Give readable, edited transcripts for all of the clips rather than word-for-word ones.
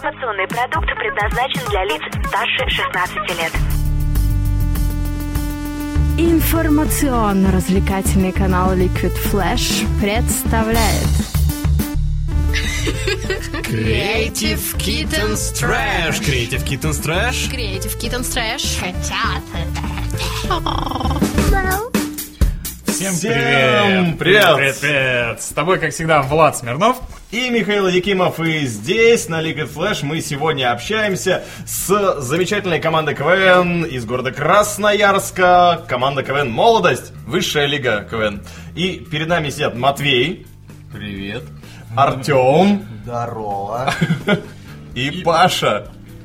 Информационный продукт предназначен для лиц старше 16 лет. Информационно-развлекательный канал Liquid Flash представляет Creative Kittens Trash. Creative Kittens Trash. Creative Kittens Trash. Всем привет! Привет! С тобой, как всегда, Влад Смирнов и Михаил Якимов. И здесь, на Liquid Flash, мы сегодня общаемся с замечательной командой КВН из города Красноярска. Команда КВН «Молодость», высшая лига КВН. И перед нами сидят Матвей. Привет. Артем. Здорово. И Паша.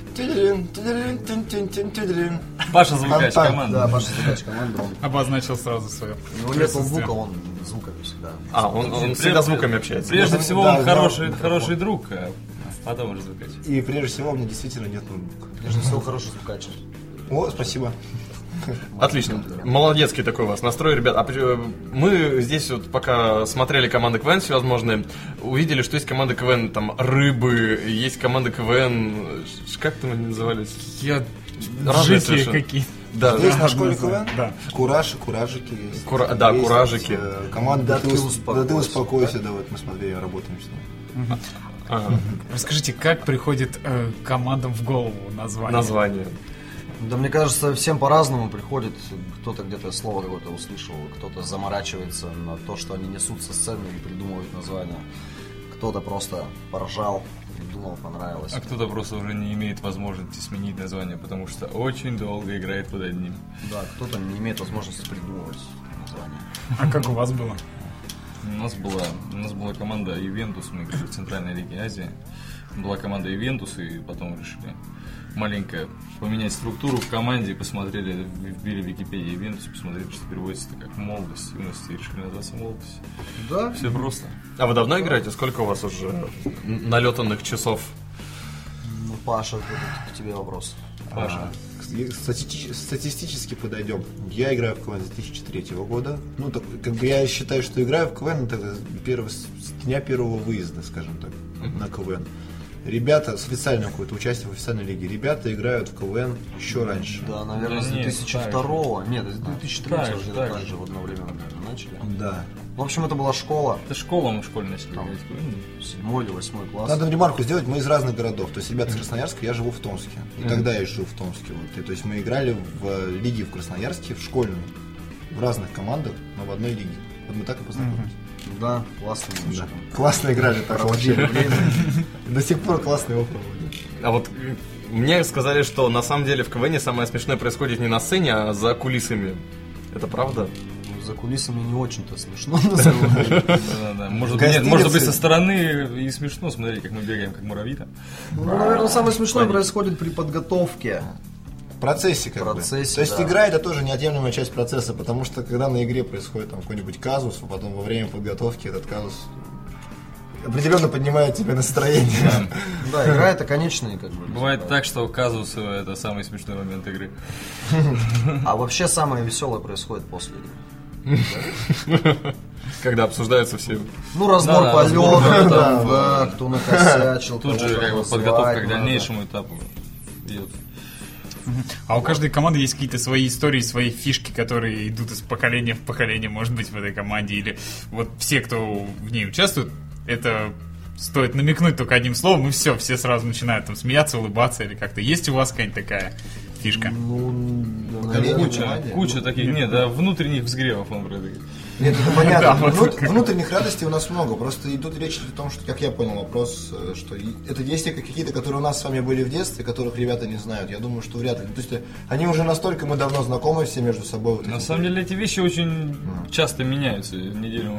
Паша звукач команды. Да, Паша звукач команды. Обозначил сразу свое. У него нет звука, он звуками всегда. Он всегда звуками общается. Прежде всего, да, он да, хороший друг, а потом уже звукач. И прежде всего, у меня действительно нет ноутбука. Прежде всего, хороший звукач. О, спасибо. Отлично. Молодецкий такой у вас настрой, ребят. Мы здесь вот пока смотрели команды КВН всевозможные, увидели, что есть команда КВН там рыбы, есть команда КВН, как там они назывались? Разные совершенно. Какие-то. Да, Есть на школе КВН? Да. Куражики есть. Да, Есть куражики. Команда «Да ты успокойся», да, вот мы с Матвеем работаем с ним. Расскажите, как приходит командам в голову Название. Да, мне кажется, всем по-разному приходит. Кто-то где-то слово какое-то услышал, кто-то заморачивается на то, что они несут со сцены и придумывают название. Кто-то просто поржал, придумал, понравилось. А кто-то просто уже не имеет возможности сменить название, потому что очень долго играет под одним. Да, кто-то не имеет возможности придумывать название. А как у вас было? У нас была команда Ювентус, мы играли в Центральной Лиге Азии. Была команда Ювентус, и потом решили маленько поменять структуру в команде, посмотрели, вбили в Википедию Ювентус, посмотрели, что переводится как молодость, юность, и решили назваться молодость. Да? Все просто. А вы давно играете? Сколько у вас уже налетанных часов? Ну, Паша, к тебе вопрос. Паша. Статистически подойдем. Я играю в КВН с 2003 года. Ну, так, как бы я считаю, что играю в КВН это с дня первого выезда, скажем так, на КВН. Ребята с официального какое-то участия в официальной лиге. Ребята играют в КВН еще раньше. Да, наверное, с 2002-го. Нет, с 2003 уже так же в одно время, наверное, начали. Да. В общем, это была школа. Это школа, мы в школе начали играть. 7 или 8 класс. Надо ремарку сделать, мы из разных городов. То есть ребята из Красноярска, я живу в Томске. И тогда я жил в Томске. Вот. И, то есть мы играли в лиге в Красноярске, в школьной. В разных командах, но в одной лиге. Вот мы так и познакомились. Да, классно. Да. Классно играли, так проводили время. До сих пор классно его проводим. А вот мне сказали, что на самом деле в КВН самое смешное происходит не на сцене, а за кулисами. Это правда? За кулисами не очень-то смешно, на самом деле. Может быть, со стороны и смешно смотреть, как мы бегаем, как муравьи-то. Ну, наверное, самое смешное происходит при подготовке. В процессе, как бы. То есть игра это тоже неотъемлемая часть процесса, потому что когда на игре происходит там какой-нибудь казус, а потом во время подготовки этот казус определенно поднимает тебе настроение. Да, игра это конечная, как бы. Бывает так, что казус это самый смешной момент игры. А вообще самое веселое происходит после игры. Когда обсуждаются все. Ну, разбор полета, кто накосячил. Тут же как бы подготовка к дальнейшему этапу идет. А у каждой команды есть какие-то свои истории, свои фишки, которые идут из поколения в поколение, может быть, в этой команде. Или вот все, кто в ней участвует, это стоит намекнуть только одним словом, и все сразу начинают там смеяться, улыбаться или как-то. Есть у вас какая-нибудь такая фишка? Ну, куча таких, нет, внутренних взгревов он происходит. Нет, это понятно. Внутренних радостей у нас много. Просто и тут речь о том, что, как я понял вопрос, что это есть какие-то, которые у нас с вами были в детстве, которых ребята не знают. Я думаю, что вряд ли. То есть они уже настолько мы давно знакомы все между собой. На самом деле эти вещи очень часто меняются. Неделю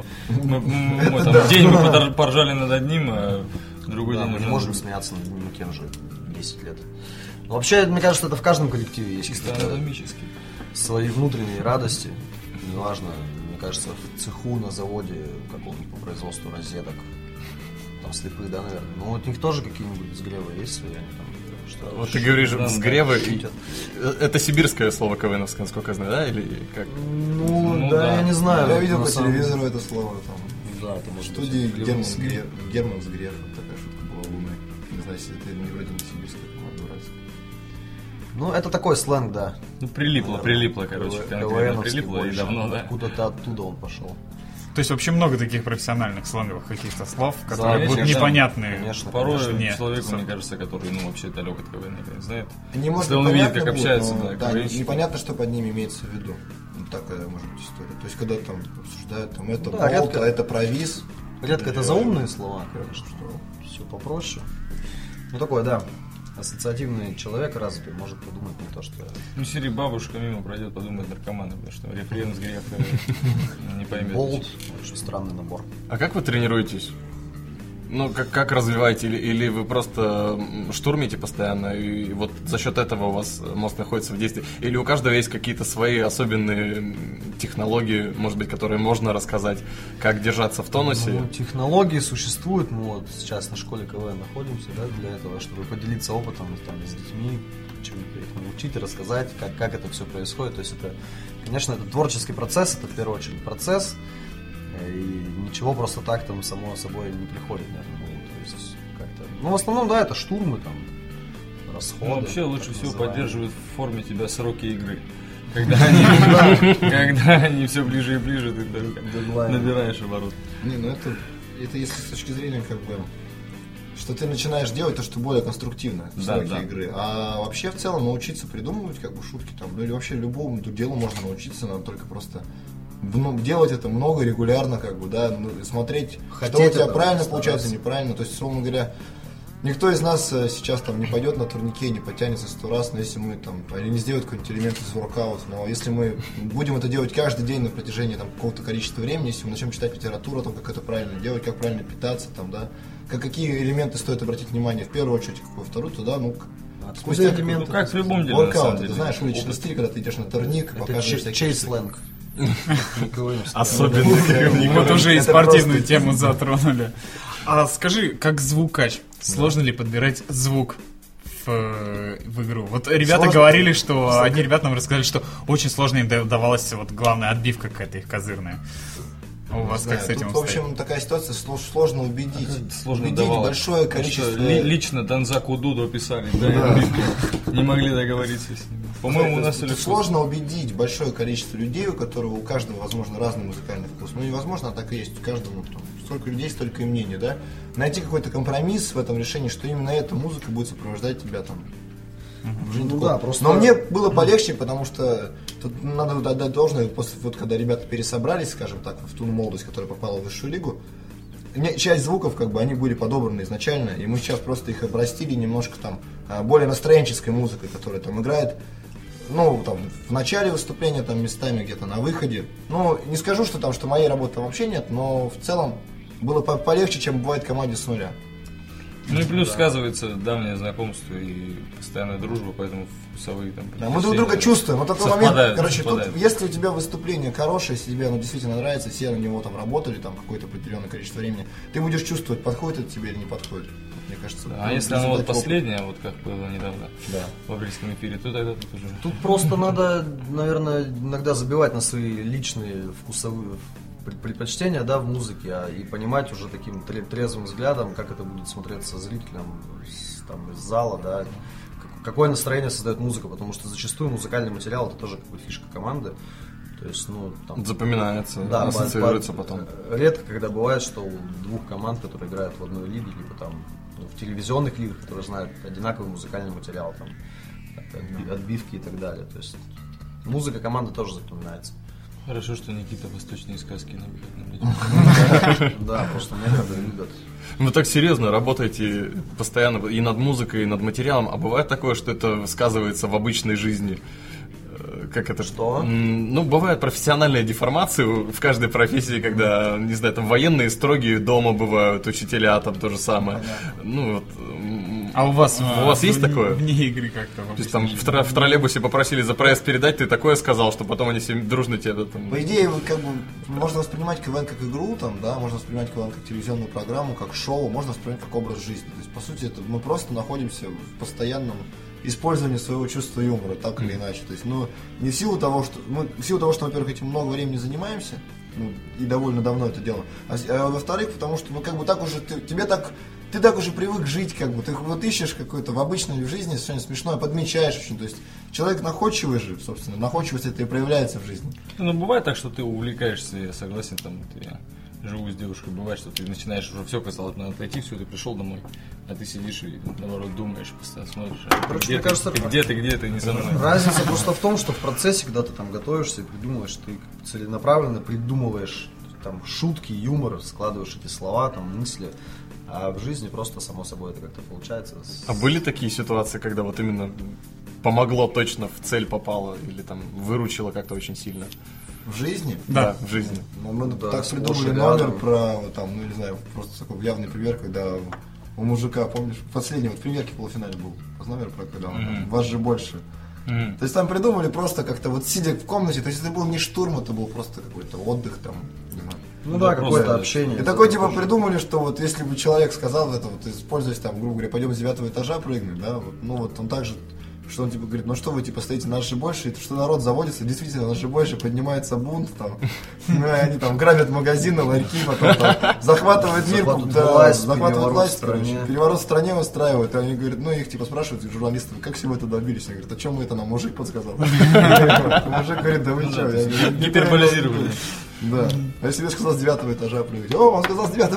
день мы поржали над одним, а другой день мы не можем смеяться над одним и тем же 10 лет. Но вообще, мне кажется, это в каждом коллективе есть чисто анатомически свои внутренние радости. Неважно. Мне кажется, в цеху, на заводе каком-нибудь по производству розеток, там слепые, да, наверное. Ну, вот у них тоже какие-нибудь взгревы есть свои, они там, что... Вот ты говоришь, взгревы, это сибирское слово КВНовское, насколько я знаю, да, или как? Ну да, я не знаю. Я видел по телевизору это слово, там, да, там, в студии Герман Взгрев, такая шутка была лунная. Не знаю, если ты вроде не сибирская команда уральская. Ну, это такой сленг, да. Ну, прилипло, короче, конкретно КВНовский прилипло и больше. давно, да. Откуда-то оттуда он пошел. То есть вообще много таких профессиональных сленговых каких-то слов, которые будут конечно, непонятны. конечно. Порой не, человеку, сам. мне кажется, который, ну, вообще далек от КВН, никогда не знает. Не может Если он быть видит, понятно как будет, общаются, но, да, да, КВНщики. непонятно, что под ними имеется в виду. Вот такая может быть история. То есть, когда там обсуждают, там, это Да, болт, редко. а это провис. Редко это заумные слова, конечно, что все попроще. Ну, такой, да, ассоциативный человек развитый может подумать не то, что... Ну, серии бабушка мимо пройдет, подумает наркоманы, потому что рефрен с греха не поймет. Болт, очень странный набор. А как вы тренируетесь? Ну, как развиваете? Или вы просто штурмите постоянно, и вот за счет этого у вас мозг находится в действии? Или у каждого есть какие-то свои особенные технологии, может быть, которые можно рассказать, как держаться в тонусе? Ну, технологии существуют, мы вот сейчас на школе КВН находимся, да, для этого, чтобы поделиться опытом там, с детьми, чему-то их научить, рассказать, как это все происходит. То есть это, конечно, это творческий процесс, это в первую очередь процесс, и ничего просто так там само собой не приходит, наверное. То есть как-то... Ну, в основном, да, это штурмы, там, расходы. Ну, вообще лучше так всего называемые. поддерживают в форме тебя сроки игры. Когда они все ближе и ближе, ты набираешь оборот. Не, ну это если с точки зрения как бы, что ты начинаешь делать то, что более конструктивно в сроке игры. А вообще в целом научиться придумывать как бы шутки там, ну или вообще любому делу можно научиться, надо только просто делать это много, регулярно, как бы, да, смотреть, Хотеть что у тебя этого, правильно стараться. получается, неправильно. То есть, условно говоря, никто из нас сейчас там не пойдет на турнике, не потянется 100 раз, но если мы там, или не сделает какой-нибудь элемент из воркаута, но если мы будем это делать каждый день на протяжении там какого-то количества времени, если мы начнем читать литературу о том, как это правильно делать, как правильно питаться, там, да, какие элементы стоит обратить внимание в первую очередь, во вторую, то да, ну, спустя элементы, Ну, как в любом деле, на воркаут, самом ты деле. знаешь, уличный стиль, когда ты идешь на турник, Это показываешь всякие чейс-сленг. Особенно. Вот уже и Это спортивную просто- тему затронули. А скажи, как звукач, сложно ли подбирать звук в игру? Вот ребята Сложно. говорили, что одни ребята нам рассказали, что очень сложно им давалась вот главная отбивка какая-то их козырная. А у вас знаю, как с этим тут, в обстоит? общем, такая ситуация, сложно убедить. Сложно убедить давалось. большое Потому что количество... лично Донзаку Дуду писали, да, не могли договориться с ним. По-моему, у нас Тут сложно убедить большое количество людей, у каждого, возможно, разный музыкальный вкус. Ну, невозможно, а так и есть. У каждого там, столько людей, столько и мнений, да? Найти какой-то компромисс в этом решении, что именно эта музыка будет сопровождать тебя там. в жизни Ну такой. да, просто- Но мне было полегче, потому что тут надо отдать должное, после, вот когда ребята пересобрались, скажем так, в ту молодость, которая попала в высшую лигу, часть звуков, как бы, они были подобраны изначально, и мы сейчас просто их обрастили немножко там более настроенческой музыкой, которая там играет, ну, там, в начале выступления, там, местами где-то на выходе. Ну, не скажу, что там, что моей работы там вообще нет, но в целом было полегче, чем бывает команде с нуля. Ну и плюс сказывается давнее знакомство и постоянная дружба, поэтому вкусовые там... Да, мы друг друга чувствуем. Вот такой момент, совпадают, короче, тут, совпадают. если у тебя выступление хорошее, если тебе оно действительно нравится, все на него там работали, там какое-то определенное количество времени, ты будешь чувствовать, подходит это тебе или не подходит. Мне кажется. А если оно вот последнее, вот как было недавно Да. в апрельском эфире, то тогда тут уже... Тут просто надо, наверное, иногда забивать на свои личные вкусовые предпочтения, да, в музыке, и понимать уже таким трезвым взглядом, как это будет смотреться зрителям там, из зала, да, какое настроение создает музыка, потому что зачастую музыкальный материал — это тоже как бы фишка команды. То есть, ну, там... Запоминается, Да, ассоциируется потом. Редко, когда бывает, что у двух команд, которые играют в одной лиге, либо там в телевизионных лигах, которые знают одинаковый музыкальный материал, там, отбивки и так далее. То есть музыка команды тоже запоминается. Хорошо, что Никита восточные сказки на выходном. Да, просто методы любят. Вы так серьезно работаете постоянно и над музыкой, и над материалом, а бывает такое, что это сказывается в обычной жизни? Как это? Что? Ну, бывают профессиональные деформации в каждой профессии, когда, не знаю, там военные строгие дома бывают, учителя там то же самое. Ну, вот. А у вас есть такое? Вне игры как-то? То есть там в троллейбусе попросили за проезд передать, ты такое сказал, что потом они все дружно тебе там... По идее, как бы, можно воспринимать КВН как игру, там, да, можно воспринимать КВН как телевизионную программу, как шоу, можно воспринимать как образ жизни. То есть, по сути, это мы просто находимся в постоянном использовании своего чувства юмора, так или иначе. То есть, ну, не в силу того, что мы, во-первых, этим много времени занимаемся, ну, и довольно давно это делаю. А во-вторых, потому что, ну, как бы так уже, ты так уже привык жить, как бы, ты вот ищешь какое-то в обычной жизни что-нибудь смешное, подмечаешь очень, то есть человек находчивый же, собственно, находчивость это и проявляется в жизни. Ну, бывает так, что ты увлекаешься, я согласен, там, вот я живу с девушкой, бывает, что ты начинаешь уже все, казалось, надо отойти, все, ты пришел домой, а ты сидишь и, наоборот, думаешь, постоянно смотришь, Короче, где мне ты, кажется, где ты, не со мной. Разница просто в том, что в процессе, когда ты там готовишься и придумываешь, ты целенаправленно придумываешь там шутки, юмор, складываешь эти слова, там мысли, а в жизни просто само собой это как-то получается. А были такие ситуации, когда вот именно помогло точно, в цель попало или там выручило как-то очень сильно? В жизни? Да, в жизни. Ну, мы Да, так придумали номер про, там, ну, не знаю, просто такой явный пример, когда у мужика, помнишь, последний вот в премьерке в полуфинале был номер про, когда он, вас же больше. То есть там придумали просто как-то вот сидя в комнате, то есть это был не штурм, это был просто какой-то отдых там, не знаю. Ну да, какое-то общение. И такой типа придумали, что вот если бы человек сказал это, вот используясь там, грубо говоря, пойдем с 9 этажа прыгнуть, да, вот, ну вот он также, что он типа говорит, ну что вы типа стоите, нас же больше, и что народ заводится, действительно, нас же больше, поднимается бунт, там, они там грабят магазины, ларьки, потом там захватывают мир, захватывают власть, переворот в стране устраивают, и они говорят, ну их типа спрашивают, журналисты, как всего это добились? Они говорят, а чем мы это нам мужик подсказал? Мужик говорит, да вы что? Гиперболизировали. Да. А если я сказал с 9 этажа прыгать? О, он сказал с 9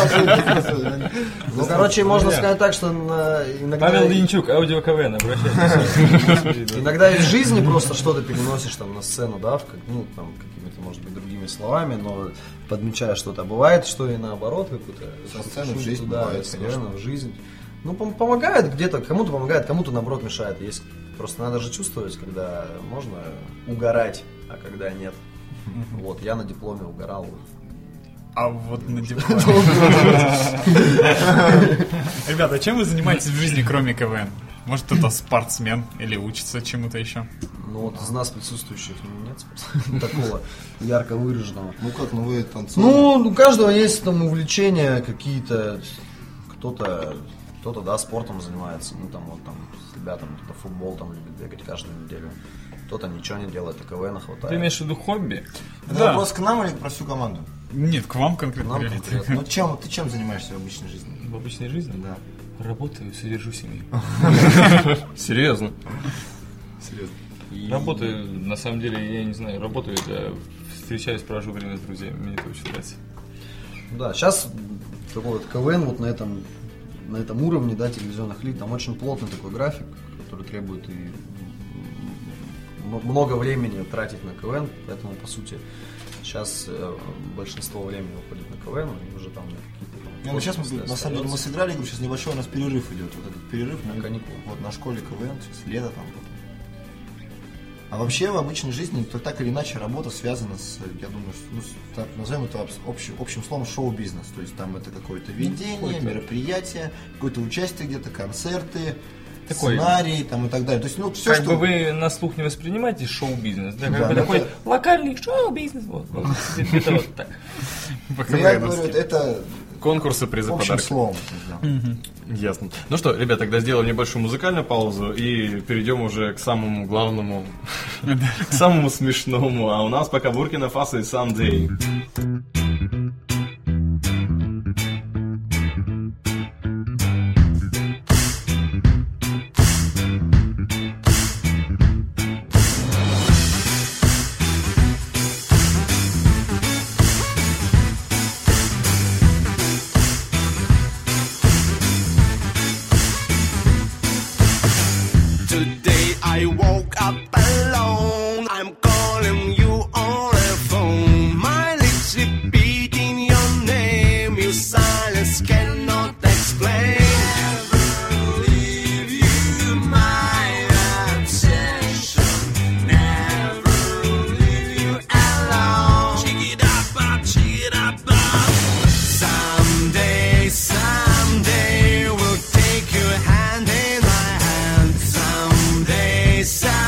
этажа. Ну, короче, можно сказать так, что иногда... Павел Ленчук, аудио КВН, обращайтесь. Иногда из жизни просто что-то переносишь там на сцену, да, ну, там, какими-то, может быть, другими словами, но подмечая что-то. А бывает, что и наоборот, какую-то... Со сцены в жизнь бывает, конечно. В жизнь. Ну, помогает где-то, кому-то помогает, кому-то, наоборот, мешает. Есть, просто надо же чувствовать, когда можно угорать, а когда нет. Вот, я на дипломе угорал. А вот на дипломе. Ребята, чем вы занимаетесь в жизни, кроме КВН? Может, кто-то спортсмен или учится чему-то еще? Ну вот из нас присутствующих нет такого ярко выраженного. Ну как, ну вы танцуете? Ну, у каждого есть там увлечения какие-то. Кто-то, да, спортом занимается. Ну там вот там с ребятами кто-то футбол там любит бегать каждую неделю. Кто-то ничего не делает, а КВН хватает. Ты имеешь в виду хобби? Это вопрос к нам или про всю команду? Нет, к вам конкретно. Нам конкретно. Ну ты чем занимаешься в обычной жизни? В обычной жизни? Да. Работаю, содержу семью. Серьезно? Серьезно. Работаю, на самом деле, я не знаю, работаю, я встречаюсь, провожу время с друзьями, мне это очень нравится. Да, сейчас такой вот КВН вот на этом уровне, да, телевизионных лиг, там очень плотный такой график, который требует и много времени тратить на КВН, поэтому, по сути, сейчас большинство времени уходит на КВН, и уже там на какие-то... Ну, сейчас мы, на самом деле, мы сыграли, сейчас небольшой у нас перерыв идет, вот этот перерыв на каникулы. Вот на школе КВН, сейчас лето там. А вообще в обычной жизни так или иначе работа связана с, я думаю, так назовем это общим словом шоу-бизнес, то есть там это какое-то ведение, мероприятие, какое-то участие где-то, концерты, такой, сценарий там и так далее. То есть, ну, все, как что... бы вы на слух не воспринимаете шоу-бизнес, да? Как Да, бы такой это... локальный шоу-бизнес. Вот где-то вот так. Я говорю, это конкурсы, призы, общим подарки. словом. Ясно. Ну что, ребят, тогда сделаем небольшую музыкальную паузу и перейдем уже к самому главному, к самому смешному. А у нас пока Буркина-Фасо и Someday. Today I woke up alone. I'm calling you on the phone. My lips repeating your name. Your silence cannot explain. Never leave you, my obsession. Never leave you alone. Check it up. Someday, someday we'll take your hand in my hand. Someday, someday.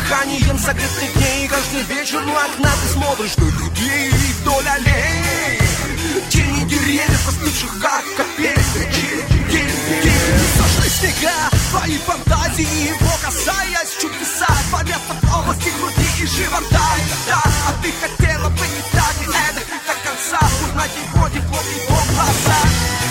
дыханием согретых дней. Каждый вечер у окна ты смотришь на людей вдоль аллей. Тени деревьев, остывших как капель. Сошли снега, твои фантазии, его касаясь чудеса, творятся в области груди и живота. Да, а ты хотела бы не так, и это до конца, узнать его тепло в его глазах.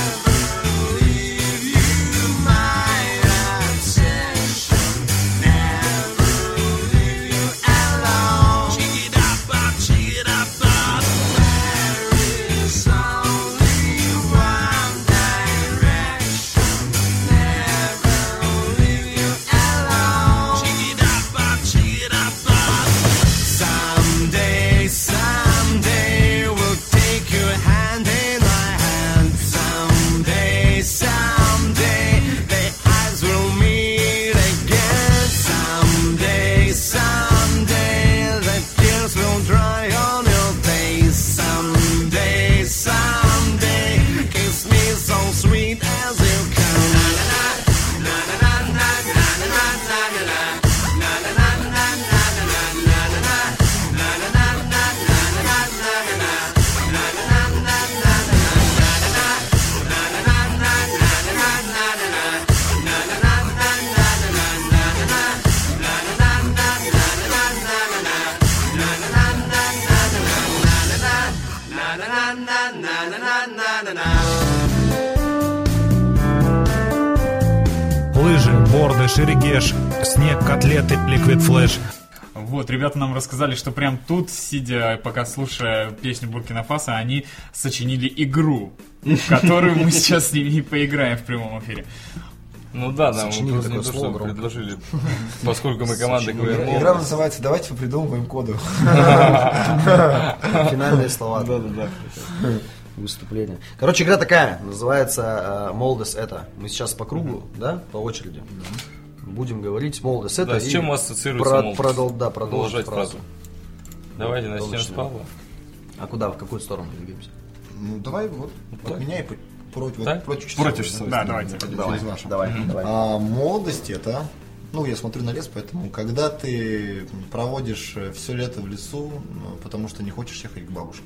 Лыжи, борды, шерегеш, снег, котлеты, Liquid Flash. Вот, ребята нам рассказали, что прям тут, сидя, пока слушая песню Буркина-Фасо, они сочинили игру, в которую мы сейчас с ними и поиграем в прямом эфире. Ну да, нам Сочинили просто не такое то, слово что громко. предложили, поскольку мы команда КВН. Игра называется «Давайте попридумываем коду». Финальные слова. Да. Выступление. Короче, игра такая, называется «Молодость это». Мы сейчас по кругу, да, по очереди. Будем говорить «Молодость это». Да, с чем у вас ассоциируется молодость? Продолжать Продолжать фразу. фразу. Давайте начнем с Должен. Павла. А куда, в какую сторону двигаемся? Ну, давай вот от меня и против Так? часовой. Против часовой. Да, давайте. Через вашу. Давай. Молодость это, ну, я смотрю на лес, поэтому когда ты проводишь все лето в лесу, потому что не хочешь ехать к бабушке.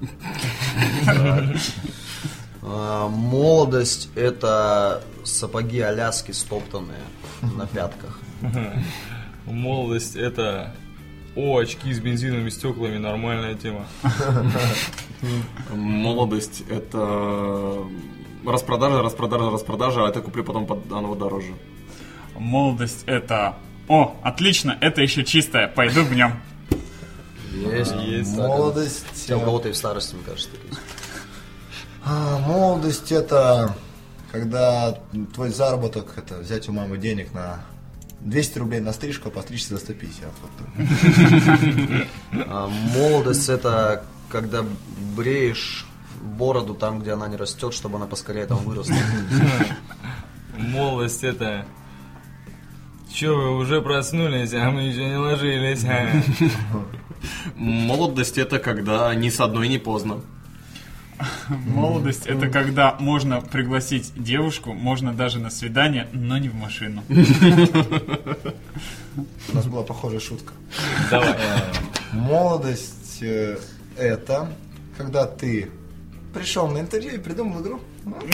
Молодость это сапоги Аляски стоптанные на пятках. Молодость это... О, очки с бензиновыми стеклами, нормальная тема. Молодость — это распродажа, а это куплю потом заново дороже. Молодость это... О, отлично, это еще чистое, пойду в нем. Есть. Молодость. Хотя у кого-то и в старости, мне кажется, так есть. Молодость это когда твой заработок это взять у мамы денег на 200 рублей на стрижку, а постричься за 150. Молодость это когда бреешь бороду там, где она не растет, чтобы она поскорее там выросла. Молодость это... Че, вы уже проснулись, а мы еще не ложились. Молодость — это когда ни с одной не поздно. Молодость это когда можно пригласить девушку, можно даже на свидание, но не в машину. У нас была похожая шутка. Давай. Молодость это когда ты пришел на интервью и придумал игру.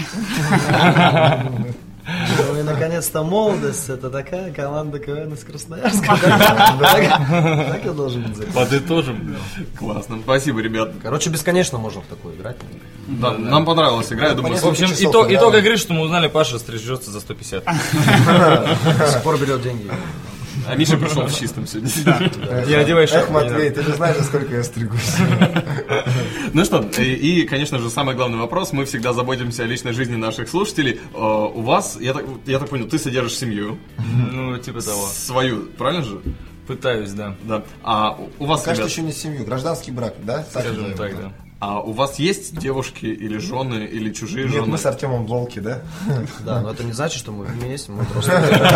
Ну и наконец-то молодость, это такая команда КВН из Красноярска. Так и должен быть. Подытожим. Классно, спасибо, ребят. Короче, бесконечно можно в такую играть. Да, нам понравилась игра, я думаю, В общем, итог игры, что мы узнали, Паша стрижется за 150. До сих пор берет деньги. а Миша пришел в чистом сегодня. Не одевай шапку. Матвей, ты же знаешь, сколько я стригусь. Ну что, и, конечно же, самый главный вопрос. Мы всегда заботимся о личной жизни наших слушателей. У вас, я так понял, ты содержишь семью. Ну, типа того. Свою, правильно же? Пытаюсь, да. Да. А у вас, Кажется, ребят, еще не семью. Гражданский брак, да? Скажем так, да. а у вас есть девушки или жены, или чужие Нет, жены? мы с Артемом волки, да? Да, но это не значит, что мы вместе, мы просто...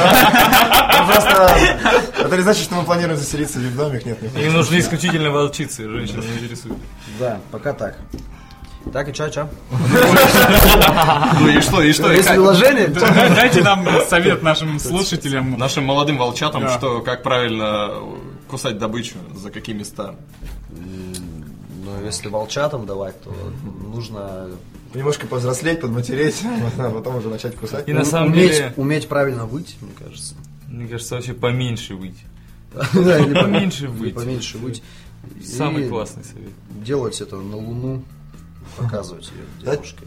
Это не значит, что мы планируем заселиться в домик, нет, нет. Им нужны исключительно волчицы, женщины не интересуют. Да, пока так. Так, и чё? Ну и что? Есть Как- приложение? Дайте нам совет нашим слушателям. Нашим молодым волчатам, Да. что как правильно кусать добычу, за какие места? Но если волчатам давать, то нужно Немножко повзрослеть, подматереть, а потом уже начать кусать. И на самом деле, уметь правильно выть, мне кажется. мне кажется, вообще поменьше выть. Да, или Поменьше или выть. поменьше выть. Самый И классный совет. делать это на Луну, показывать ее девушке.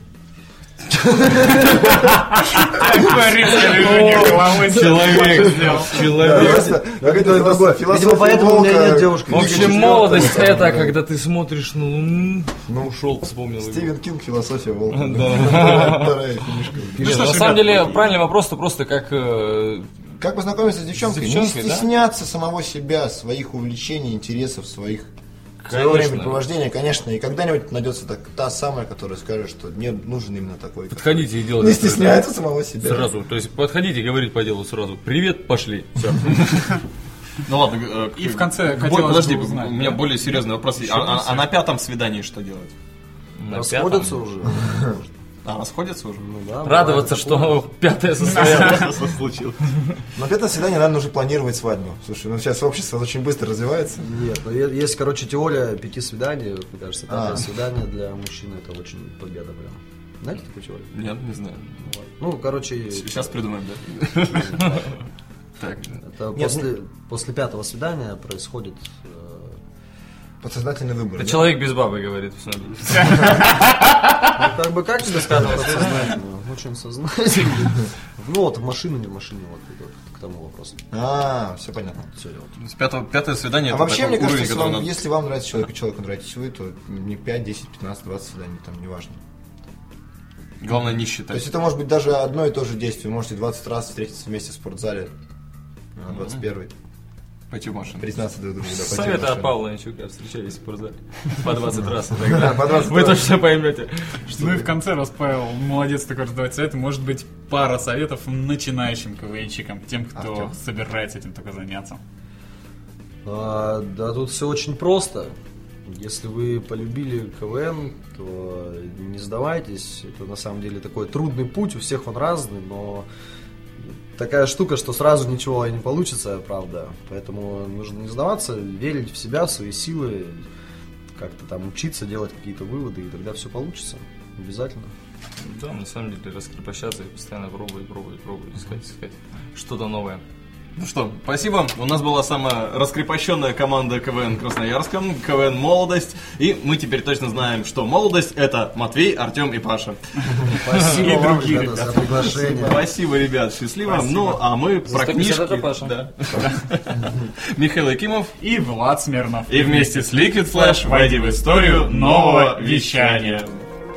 Человек. Видимо, поэтому у меня нет девушки. В общем, молодость это, когда ты смотришь на Луну. Ну, ушел, вспомнил. Стивен Кинг, философия волка. Вторая книжка. Нет, на самом деле, правильный вопрос, то просто как... Как познакомиться с девчонкой? С девчонкой, Не да? стесняться самого себя, своих увлечений, интересов, своего Конечно. времяпрепровождения, конечно. И когда-нибудь найдется та самая, которая скажет, что мне нужен именно такой. Подходите и делайте. Не стесняется самого себя. Сразу. То есть подходите и говорить по делу сразу. Привет, пошли. Все. Ну ладно. И в конце хотелось Подожди, бы узнать, у меня да? более серьезный вопрос. А на 5-м свидании что делать? Расходятся уже. А, расходятся уже? Ну да, Радоваться, бывает что 5-е состоялось. Случилось. На 5-е свидание, наверное, уже планировать свадьбу. Слушай, ну сейчас общество очень быстро развивается. Нет, но есть, короче, теория 5 свиданий. Мне кажется, 5-е А. свидание для мужчины это очень победа прям. Знаете такую теорию? Нет, не знаю. Ну, короче, Сейчас придумаем, да? Так. это после 5-го свидания происходит... Подсознательный выбор. Это да? человек без бабы говорит. Ну, как бы как тебе сказать, подсознательно? Очень сознательно. Ну, вот в машину, не в машине, вот к тому вопросу. А, все понятно. Все, вот. 5-е свидание А это вообще, такой мне кажется, уровень, если который вам, надо... если вам нравится человек, и человеку нравитесь вы, то не 5, 10, 15, 20 свиданий, там, неважно. Главное не То считать. есть это может быть даже одно и то же действие. Вы можете 20 раз встретиться вместе в спортзале, а 21-й. Пойти в машину. Признаться друг другу. Да, пойти в Советы машину. от Павла Ничука встречались в спортзале. По 20 раз. и так далее. Да, по 20 Вы раз. точно поймете. Ну и в конце, раз Павел молодец такой раздавать советы, может быть пара советов начинающим КВНщикам, тем, кто Артём. собирается этим только заняться. Да тут все очень просто. Если вы полюбили КВН, то не сдавайтесь. Это на самом деле такой трудный путь, у всех он разный, но такая штука, что сразу ничего и не получится, правда. Поэтому нужно не сдаваться, верить в себя, в свои силы, как-то там учиться, делать какие-то выводы, и тогда все получится. Обязательно. Да, на самом деле раскрепощаться и постоянно пробовать, искать что-то новое. Ну что, спасибо. У нас была самая раскрепощенная команда КВН Красноярска, КВН «Молодость». И мы теперь точно знаем, что «Молодость» — это Матвей, Артем и Паша. Спасибо И вам, другие ребята, за ребята. приглашение. Спасибо, ребят, счастливо. Ну, а мы про 150 книжки... это Паша. Да. Михаил Якимов. И Влад Смирнов. И вместе с Liquid Flash войди в историю нового вещания.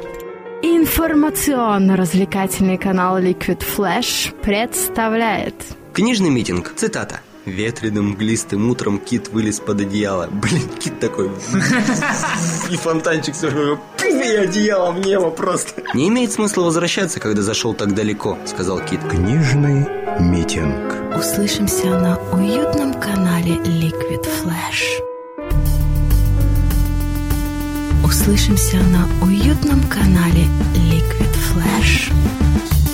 Информационно-развлекательный канал Liquid Flash представляет Книжный митинг. Цитата. Ветреным, мглистым утром кит вылез под одеяло. Блин, кит такой. И фонтанчик все и одеяло в небо просто. Не имеет смысла возвращаться, когда зашел так далеко, сказал кит. Книжный митинг. Услышимся на уютном канале Liquid Flash. Услышимся на уютном канале Liquid Flash.